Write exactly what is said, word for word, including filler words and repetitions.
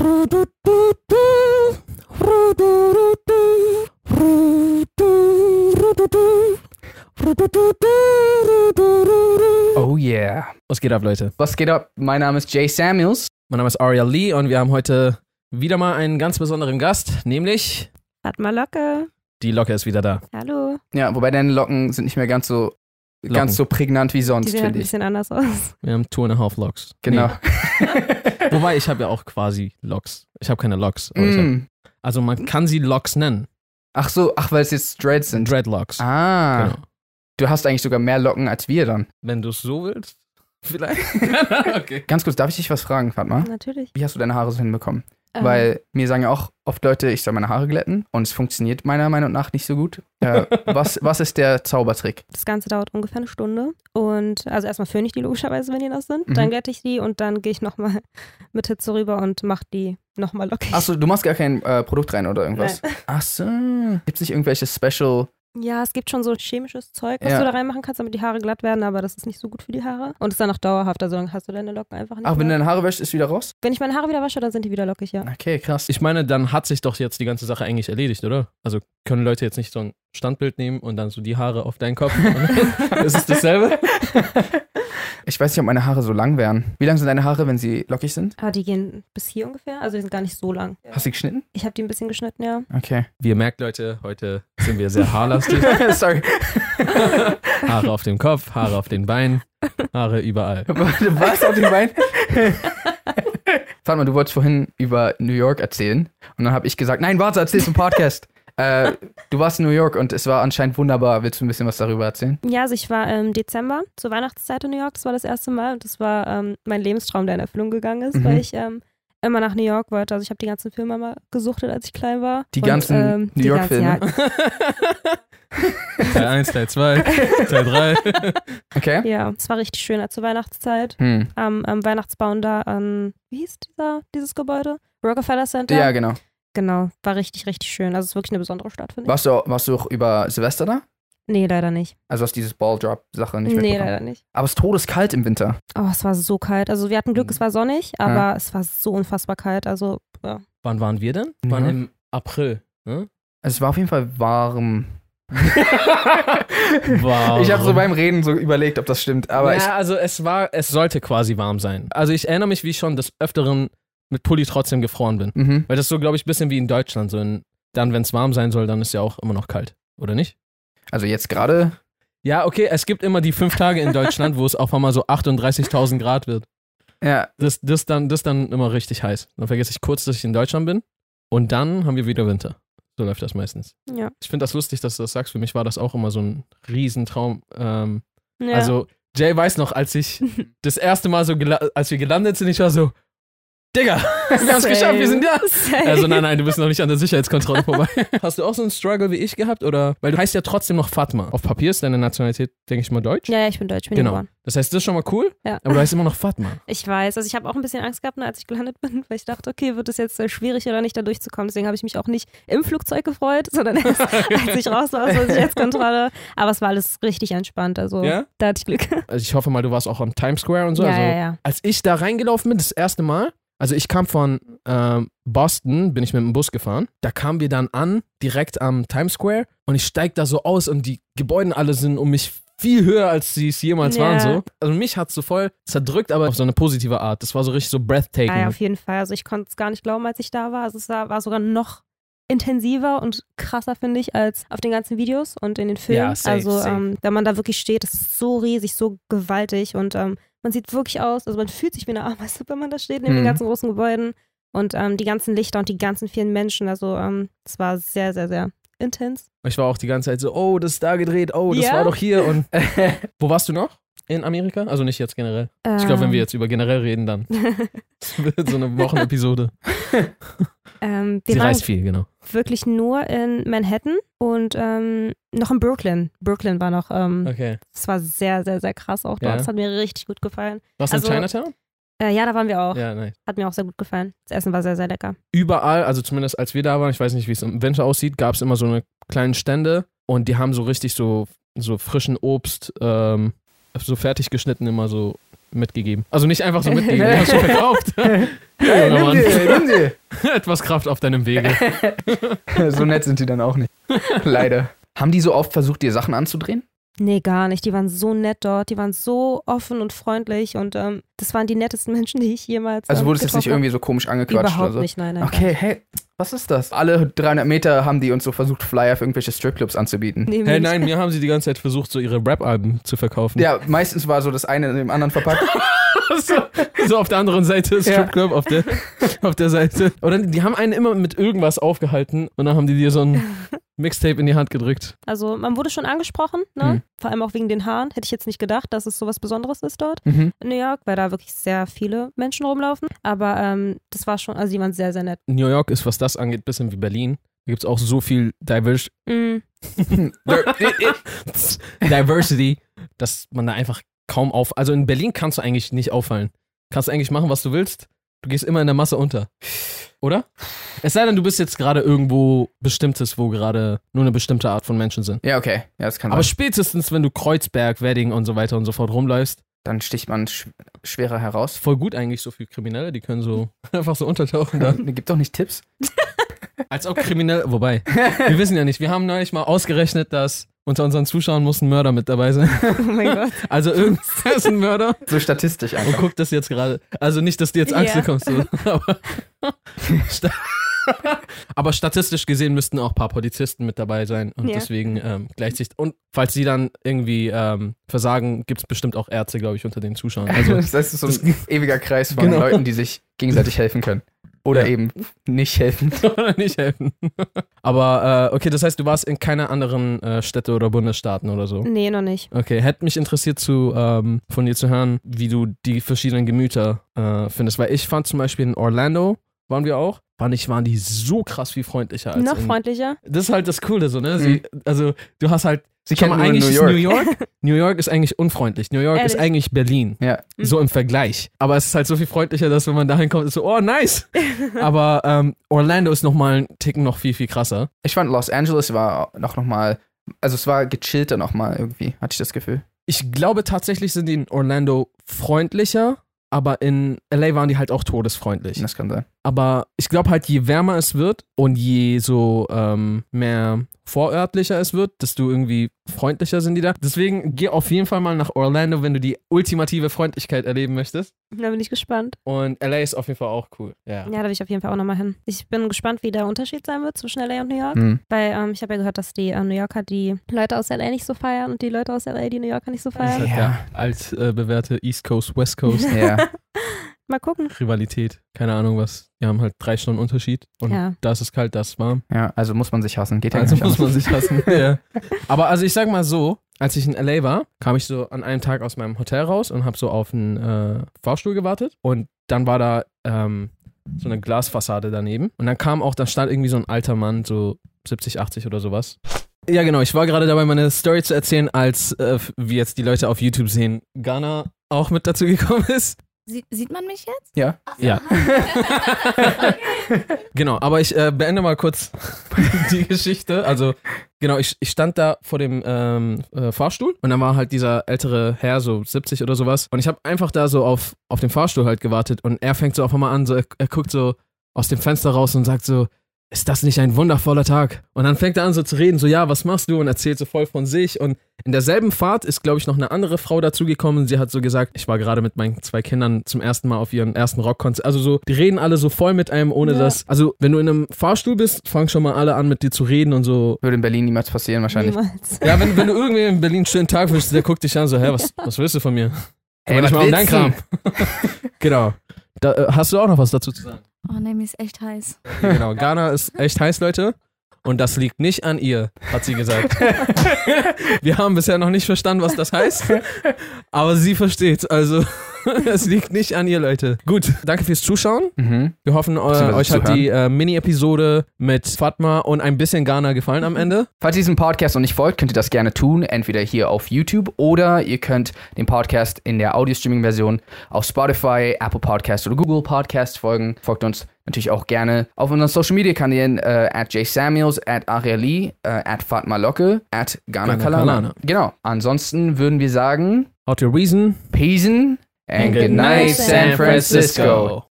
Oh yeah. Was geht ab, Leute? Was geht ab? Mein Name ist Jay Samuels. Mein Name ist Ariel Lee und wir haben heute wieder mal einen ganz besonderen Gast, nämlich Fatma Locke. Die Locke ist wieder da. Hallo. Ja, wobei deine Locken sind nicht mehr ganz so, ganz so prägnant wie Die sonst, sehen halt finde ein ich. bisschen anders aus. Wir haben two and a half Locks. Genau. Nee. Wobei, ich habe ja auch quasi Locks. Ich habe keine Locks. Aber ich hab, Mm. also man kann sie Locks nennen. Ach so, ach, weil es jetzt Dreads sind. Dreadlocks. Ah, Genau. du hast eigentlich sogar mehr Locken als wir dann. Wenn du es so willst, vielleicht. Okay. Ganz kurz, darf ich dich was fragen, Fatma? Natürlich. Wie hast du deine Haare so hinbekommen? Ähm, Weil mir sagen ja auch oft Leute, ich soll meine Haare glätten und es funktioniert meiner Meinung nach nicht so gut. Äh, was, was ist der Zaubertrick? Das Ganze dauert ungefähr eine Stunde. Und also erstmal föhne ich die logischerweise, wenn die nass sind. Mhm. Dann glätte ich die und dann gehe ich nochmal mit Hitze rüber und mache die nochmal lockig. Achso, du machst gar kein äh, Produkt rein oder irgendwas? Nein. Ach so. Gibt es nicht irgendwelche Special... Ja, es gibt schon so chemisches Zeug, was Ja. du da reinmachen kannst, damit die Haare glatt werden, aber das ist nicht so gut für die Haare. Und ist dann auch dauerhaft, also dann hast du deine Locken einfach nicht Ach, wenn du mehr. deine Haare wäschst, ist wieder raus? Wenn ich meine Haare wieder wasche, dann sind die wieder lockig, ja. Okay, krass. Ich meine, dann hat sich doch jetzt die ganze Sache eigentlich erledigt, oder? Also können Leute jetzt nicht so ein Standbild nehmen und dann so die Haare auf deinen Kopf? Ist es dasselbe? Ich weiß nicht, ob meine Haare so lang wären. Wie lang sind deine Haare, wenn sie lockig sind? Aber die gehen bis hier ungefähr, also die sind gar nicht so lang. Hast du die geschnitten? Ich habe die ein bisschen geschnitten, ja. Okay. Wie ihr merkt, Leute, heute sind wir sehr haarlastig. Sorry. Haare auf dem Kopf, Haare auf den Beinen, Haare überall. Was auf den Beinen? Warte mal, du wolltest vorhin über New York erzählen und dann habe ich gesagt, nein, warte, erzähl's im Podcast. äh, du warst in New York und es war anscheinend wunderbar. Willst du ein bisschen was darüber erzählen? Ja, also ich war im Dezember zur Weihnachtszeit in New York, das war das erste Mal und das war ähm, mein Lebenstraum, der in Erfüllung gegangen ist, Mhm. weil ich ähm, immer nach New York wollte. Also ich habe die ganzen Filme mal gesuchtet, als ich klein war. Die und, ganzen ähm, New die York-Filme? ganzen- Teil eins, Teil zwei, Teil drei. Okay. Ja, ja, es war richtig schön zur Weihnachtszeit. Hm. Am, am Weihnachtsbaum da an, wie hieß dieser, dieses Gebäude? Rockefeller Center? Ja, genau. Genau, war richtig, richtig schön. Also es ist wirklich eine besondere Stadt, finde ich. Warst du, warst du auch über Silvester da? Nee, leider nicht. Also hast dieses Balldrop-Sache nicht Nee, mitbekommen? leider nicht. Aber es ist todeskalt im Winter. Oh, es war so kalt. Also wir hatten Glück, es war sonnig, aber Ja. es war so unfassbar kalt. Also, ja. Wann waren wir denn? Wir waren Ja. im April. Ne? Also es war auf jeden Fall warm. Wow. Ich habe so beim Reden so überlegt, ob das stimmt. Aber ja, also es war, es sollte quasi warm sein. Also ich erinnere mich, wie ich schon des Öfteren mit Pulli trotzdem gefroren bin. ich... Mhm. Weil das ist so, glaube ich, ein bisschen wie in Deutschland. So in, dann, wenn es warm sein soll, dann ist ja auch immer noch kalt. Oder nicht? Also jetzt gerade... Ja, okay, es gibt immer die fünf Tage in Deutschland, wo es auf einmal so achtunddreißigtausend Grad wird. Ja, Das, das, dann, das dann immer richtig heiß. Dann vergesse ich kurz, dass ich in Deutschland bin. Und dann haben wir wieder Winter. So läuft das meistens. Ja. Ich finde das lustig, dass du das sagst. Für mich war das auch immer so ein Riesentraum. Ähm, ja. Also, Jay weiß noch, als ich das erste Mal so, gela- als wir gelandet sind, ich war so, Digga, wir haben es Same. geschafft, wir sind da. Same. Also nein, nein, du bist noch nicht an der Sicherheitskontrolle vorbei. Hast du auch so einen Struggle wie ich gehabt? Oder? Weil du heißt ja trotzdem noch Fatma. Auf Papier ist deine Nationalität, denke ich mal, deutsch. Ja, ja, ich bin deutsch, bin hier Genau. geboren. Das heißt, das ist schon mal cool, Ja. aber du heißt immer noch Fatma. Ich weiß, also ich habe auch ein bisschen Angst gehabt, ne, als ich gelandet bin, weil ich dachte, okay, wird es jetzt äh, schwierig oder nicht, da durchzukommen. Deswegen habe ich mich auch nicht im Flugzeug gefreut, sondern erst, als ich raus war aus der Sicherheitskontrolle. Aber es war alles richtig entspannt, also Ja? da hatte ich Glück. Also ich hoffe mal, du warst auch am Times Square und so. ja, also, ja, ja. Als ich da reingelaufen bin, das erste Mal, also ich kam von ähm, Boston, bin ich mit dem Bus gefahren. Da kamen wir dann an, direkt am Times Square. Und ich steig da so aus und die Gebäude alle sind um mich viel höher, als sie es jemals Ja. waren. So. Also mich hat es so voll zerdrückt, aber auf so eine positive Art. Das war so richtig so breathtaking. Ja, ja, auf jeden Fall. Also ich konnte es gar nicht glauben, als ich da war. Also es war, war sogar noch intensiver und krasser, finde ich, als auf den ganzen Videos und in den Filmen. Ja, safe, also safe. Ähm, wenn man da wirklich steht, das ist so riesig, so gewaltig und ähm, man sieht wirklich aus, also man fühlt sich wie eine Ameise, wenn man da steht, neben Mhm. den ganzen großen Gebäuden und ähm, die ganzen Lichter und die ganzen vielen Menschen. Also ähm, es war sehr, sehr, sehr intens. Ich war auch die ganze Zeit so, oh, das ist da gedreht, oh, das Ja? war doch hier. Und wo warst du noch? In Amerika? Also nicht jetzt generell. Ich glaube, wenn wir jetzt über generell reden, dann wird so eine Wochenepisode. ähm, wir Sie waren reist viel, genau. wirklich nur in Manhattan und ähm, noch in Brooklyn. Brooklyn war noch, ähm, Okay. das war sehr, sehr, sehr krass auch dort. Ja. Das hat mir richtig gut gefallen. Warst du Also- in Chinatown? Äh, ja, da waren wir auch. Ja, nice. Hat mir auch sehr gut gefallen. Das Essen war sehr, sehr lecker. Überall, also zumindest als wir da waren, ich weiß nicht, wie es im Winter aussieht, gab es immer so eine kleinen Stände und die haben so richtig so, so frischen Obst, ähm, so fertig geschnitten immer so mitgegeben. Also nicht einfach so mitgegeben, die hast du verkauft. Ja, nimm Mann. sie, nimm sie. Etwas Kraft auf deinem Wege. So nett sind die dann auch nicht. Leider. Haben die so oft versucht, dir Sachen anzudrehen? Nee, gar nicht. Die waren so nett dort. Die waren so offen und freundlich und ähm, das waren die nettesten Menschen, die ich jemals Also ähm, wurdest du jetzt nicht getroffen irgendwie so komisch habe. angequatscht Überhaupt oder so? nicht, nein, nein. Okay, hey, was ist das? Alle dreihundert Meter haben die uns so versucht, Flyer für irgendwelche Stripclubs anzubieten. Nee, Hey, nicht. nein, mir haben sie die ganze Zeit versucht, so ihre Rap-Alben zu verkaufen. Ja, meistens war so das eine in dem anderen verpackt. so, so auf der anderen Seite, Stripclub, auf, der, auf der Seite. Oder die haben einen immer mit irgendwas aufgehalten und dann haben die dir so ein Mixtape in die Hand gedrückt. Also man wurde schon angesprochen, ne? Mhm. Vor allem auch wegen den Haaren. Hätte ich jetzt nicht gedacht, dass es sowas Besonderes ist dort Mhm. in New York, weil da wirklich sehr viele Menschen rumlaufen. Aber ähm, das war schon, also die waren sehr, sehr nett. New York ist, was das angeht, ein bisschen wie Berlin. Da gibt es auch so viel Divers- Mhm. Diversity, dass man da einfach kaum auf... Also in Berlin kannst du eigentlich nicht auffallen. Kannst du eigentlich machen, was du willst. Du gehst immer in der Masse unter. Oder? Es sei denn, du bist jetzt gerade irgendwo Bestimmtes, wo gerade nur eine bestimmte Art von Menschen sind. Ja, okay. Ja, das kann Aber sein. spätestens, wenn du Kreuzberg, Wedding und so weiter und so fort rumläufst, Dann sticht man sch schwerer heraus. voll gut eigentlich so viele Kriminelle, die können so einfach so untertauchen da. Gibt doch nicht Tipps. Als auch Kriminelle, wobei, wir wissen ja nicht, wir haben neulich mal ausgerechnet, dass unter unseren Zuschauern muss ein Mörder mit dabei sein. Oh mein Gott. Also irgendwer ist ein Mörder So statistisch und einfach. guckt das jetzt gerade. Also nicht, dass dir jetzt Angst Ja. bekommst. So. Aber, sta aber statistisch gesehen müssten auch ein paar Polizisten mit dabei sein und Ja. deswegen ähm, gleicht sich. Und falls sie dann irgendwie ähm, versagen, gibt es bestimmt auch Ärzte, glaube ich, unter den Zuschauern. Also Also, das ist so ein ewiger Kreis von Genau. Leuten, die sich gegenseitig helfen können. Oder Ja. eben nicht helfen. oder nicht helfen. Aber äh, okay, das heißt, du warst in keiner anderen äh, Städte oder Bundesstaaten oder so. Nee, noch nicht. Okay, hätte mich interessiert zu, ähm, von dir zu hören, wie du die verschiedenen Gemüter äh, findest. Weil ich fand zum Beispiel in Orlando, waren wir auch, fand ich, waren die so krass viel freundlicher als Noch in, freundlicher? Das ist halt das Coole so, ne? Sie, also du hast halt, Sie schau kennen mal, nur eigentlich New ist York. New York, New York ist eigentlich unfreundlich. New York ist Ehrlich? eigentlich Berlin. Ja. So im Vergleich. Aber es ist halt so viel freundlicher, dass wenn man dahin kommt, ist so, oh nice. Aber ähm, Orlando ist nochmal einen Ticken noch viel, viel krasser. Ich fand Los Angeles war noch, noch mal, also es war gechillter noch mal irgendwie, hatte ich das Gefühl. Ich glaube tatsächlich sind die in Orlando freundlicher, aber in L A waren die halt auch todesfreundlich. Das kann sein. Aber ich glaube halt, je wärmer es wird und je so ähm, mehr vorörtlicher es wird, desto irgendwie freundlicher sind die da. Deswegen geh auf jeden Fall mal nach Orlando, wenn du die ultimative Freundlichkeit erleben möchtest. Da bin ich gespannt. Und L A ist auf jeden Fall auch cool. Ja. Ja, da will ich auf jeden Fall auch nochmal hin. Ich bin gespannt, wie der Unterschied sein wird zwischen L A und New York. Hm. Weil ähm, ich habe ja gehört, dass die ähm, New Yorker die Leute aus L A nicht so feiern und die Leute aus L A die New Yorker nicht so Das ist feiern. halt Ja. der altbewährte East Coast, West Coast Ja. Mal gucken. Rivalität. Keine Ahnung was. Wir haben halt drei Stunden Unterschied. Und Ja. da ist es kalt, da ist es warm. Ja, also muss man sich hassen. Geht ja Also gar muss nicht man sich hassen. Ja. Aber also ich sag mal so, als ich in L A war, kam ich so an einem Tag aus meinem Hotel raus und habe so auf einen äh, Fahrstuhl gewartet. Und dann war da ähm, so eine Glasfassade daneben. Und dann kam auch, da stand irgendwie so ein alter Mann, so siebzig, achtzig oder sowas. Ja genau, ich war gerade dabei, meine Story zu erzählen, als, äh, wie jetzt die Leute auf YouTube sehen, Ghana auch mit dazu gekommen ist. Sie sieht man mich jetzt? Ja. Ja. Genau, aber ich äh, beende mal kurz die Geschichte. Also, genau, ich, ich stand da vor dem ähm, äh, Fahrstuhl und dann war halt dieser ältere Herr, so siebzig oder sowas. Und ich habe einfach da so auf, auf den Fahrstuhl halt gewartet und er fängt so auf einmal an, so, er, er guckt so aus dem Fenster raus und sagt so, ist das nicht ein wundervoller Tag? Und dann fängt er an so zu reden, so, ja, was machst du? Und erzählt so voll von sich. Und in derselben Fahrt ist, glaube ich, noch eine andere Frau dazugekommen. Sie hat so gesagt, ich war gerade mit meinen zwei Kindern zum ersten Mal auf ihren ersten Rockkonzert. Also so, die reden alle so voll mit einem, ohne Ja. dass, also wenn du in einem Fahrstuhl bist, fangen schon mal alle an, mit dir zu reden und so. Würde in Berlin niemals passieren wahrscheinlich. Niemals. Ja, wenn, wenn du irgendwie in Berlin einen schönen Tag wünschst, der guckt dich an, so, hä, was, was willst du von mir? Hey, Aber was nicht mal um deinen willst Kram. du? Genau. Da, äh, hast du auch noch was dazu zu sagen? Oh nee, mir ist echt heiß. Ja, genau, Ghana ist echt heiß, Leute. Und das liegt nicht an ihr, hat sie gesagt. Wir haben bisher noch nicht verstanden, was das heißt. Aber sie versteht. Also, es liegt nicht an ihr, Leute. Gut, danke fürs Zuschauen. Mhm. Wir hoffen, äh, Beziehungsweise euch hat zuhören. die äh, Mini-Episode mit Fatma und ein bisschen Ghana gefallen am Ende. Falls ihr diesem Podcast noch nicht folgt, könnt ihr das gerne tun. Entweder hier auf YouTube oder ihr könnt dem Podcast in der Audio-Streaming-Version auf Spotify, Apple Podcast oder Google Podcast folgen. Folgt uns natürlich auch gerne auf unseren Social-Media-Kanälen äh, at jsamuels, at ariali, äh, at Fatma Locke, at Ghana Ghana Kalana. Kalana. Genau. Ansonsten würden wir sagen, How to reason. Peace And good night, San Francisco.